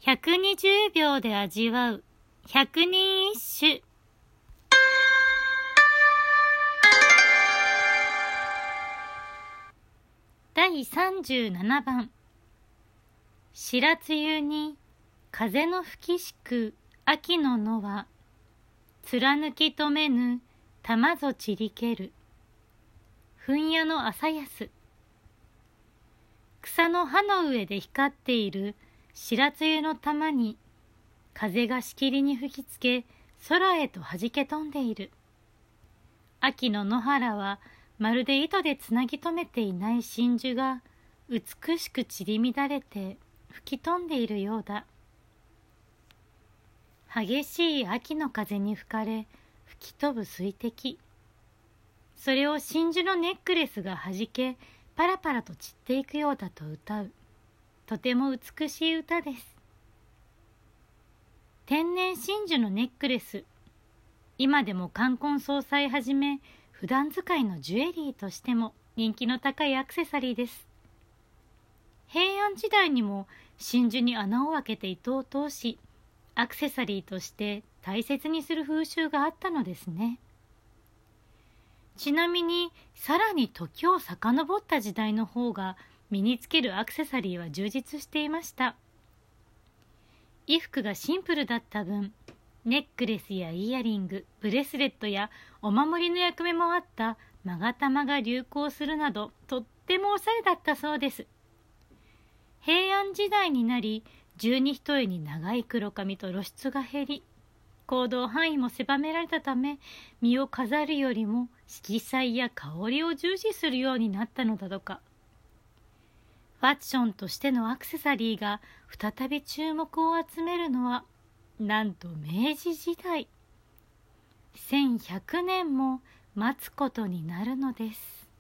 120秒で味わう百人一首。第37番。白露に風の吹きしく秋の野は、貫き止めぬ玉ぞ散りける。糞屋の朝安。草の葉の上で光っている白露の玉に、風がしきりに吹きつけ、空へと弾け飛んでいる。秋の野原は、まるで糸でつなぎ止めていない真珠が、美しく散り乱れて吹き飛んでいるようだ。激しい秋の風に吹かれ、吹き飛ぶ水滴。それを真珠のネックレスが弾け、パラパラと散っていくようだと歌う。とても美しい歌です。天然真珠のネックレス。今でも冠婚葬祭はじめ、普段使いのジュエリーとしても人気の高いアクセサリーです。平安時代にも真珠に穴を開けて糸を通し、アクセサリーとして大切にする風習があったのですね。ちなみに、さらに時を遡った時代の方が身につけるアクセサリーは充実していました。衣服がシンプルだった分、ネックレスやイヤリング、ブレスレットやお守りの役目もあった勾玉が流行するなど、とってもおしゃれだったそうです。平安時代になり、十二一重に長い黒髪と露出が減り、行動範囲も狭められたため、身を飾るよりも色彩や香りを重視するようになったのだとか。ファッションとしてのアクセサリーが再び注目を集めるのは、なんと明治時代。1100年も待つことになるのです。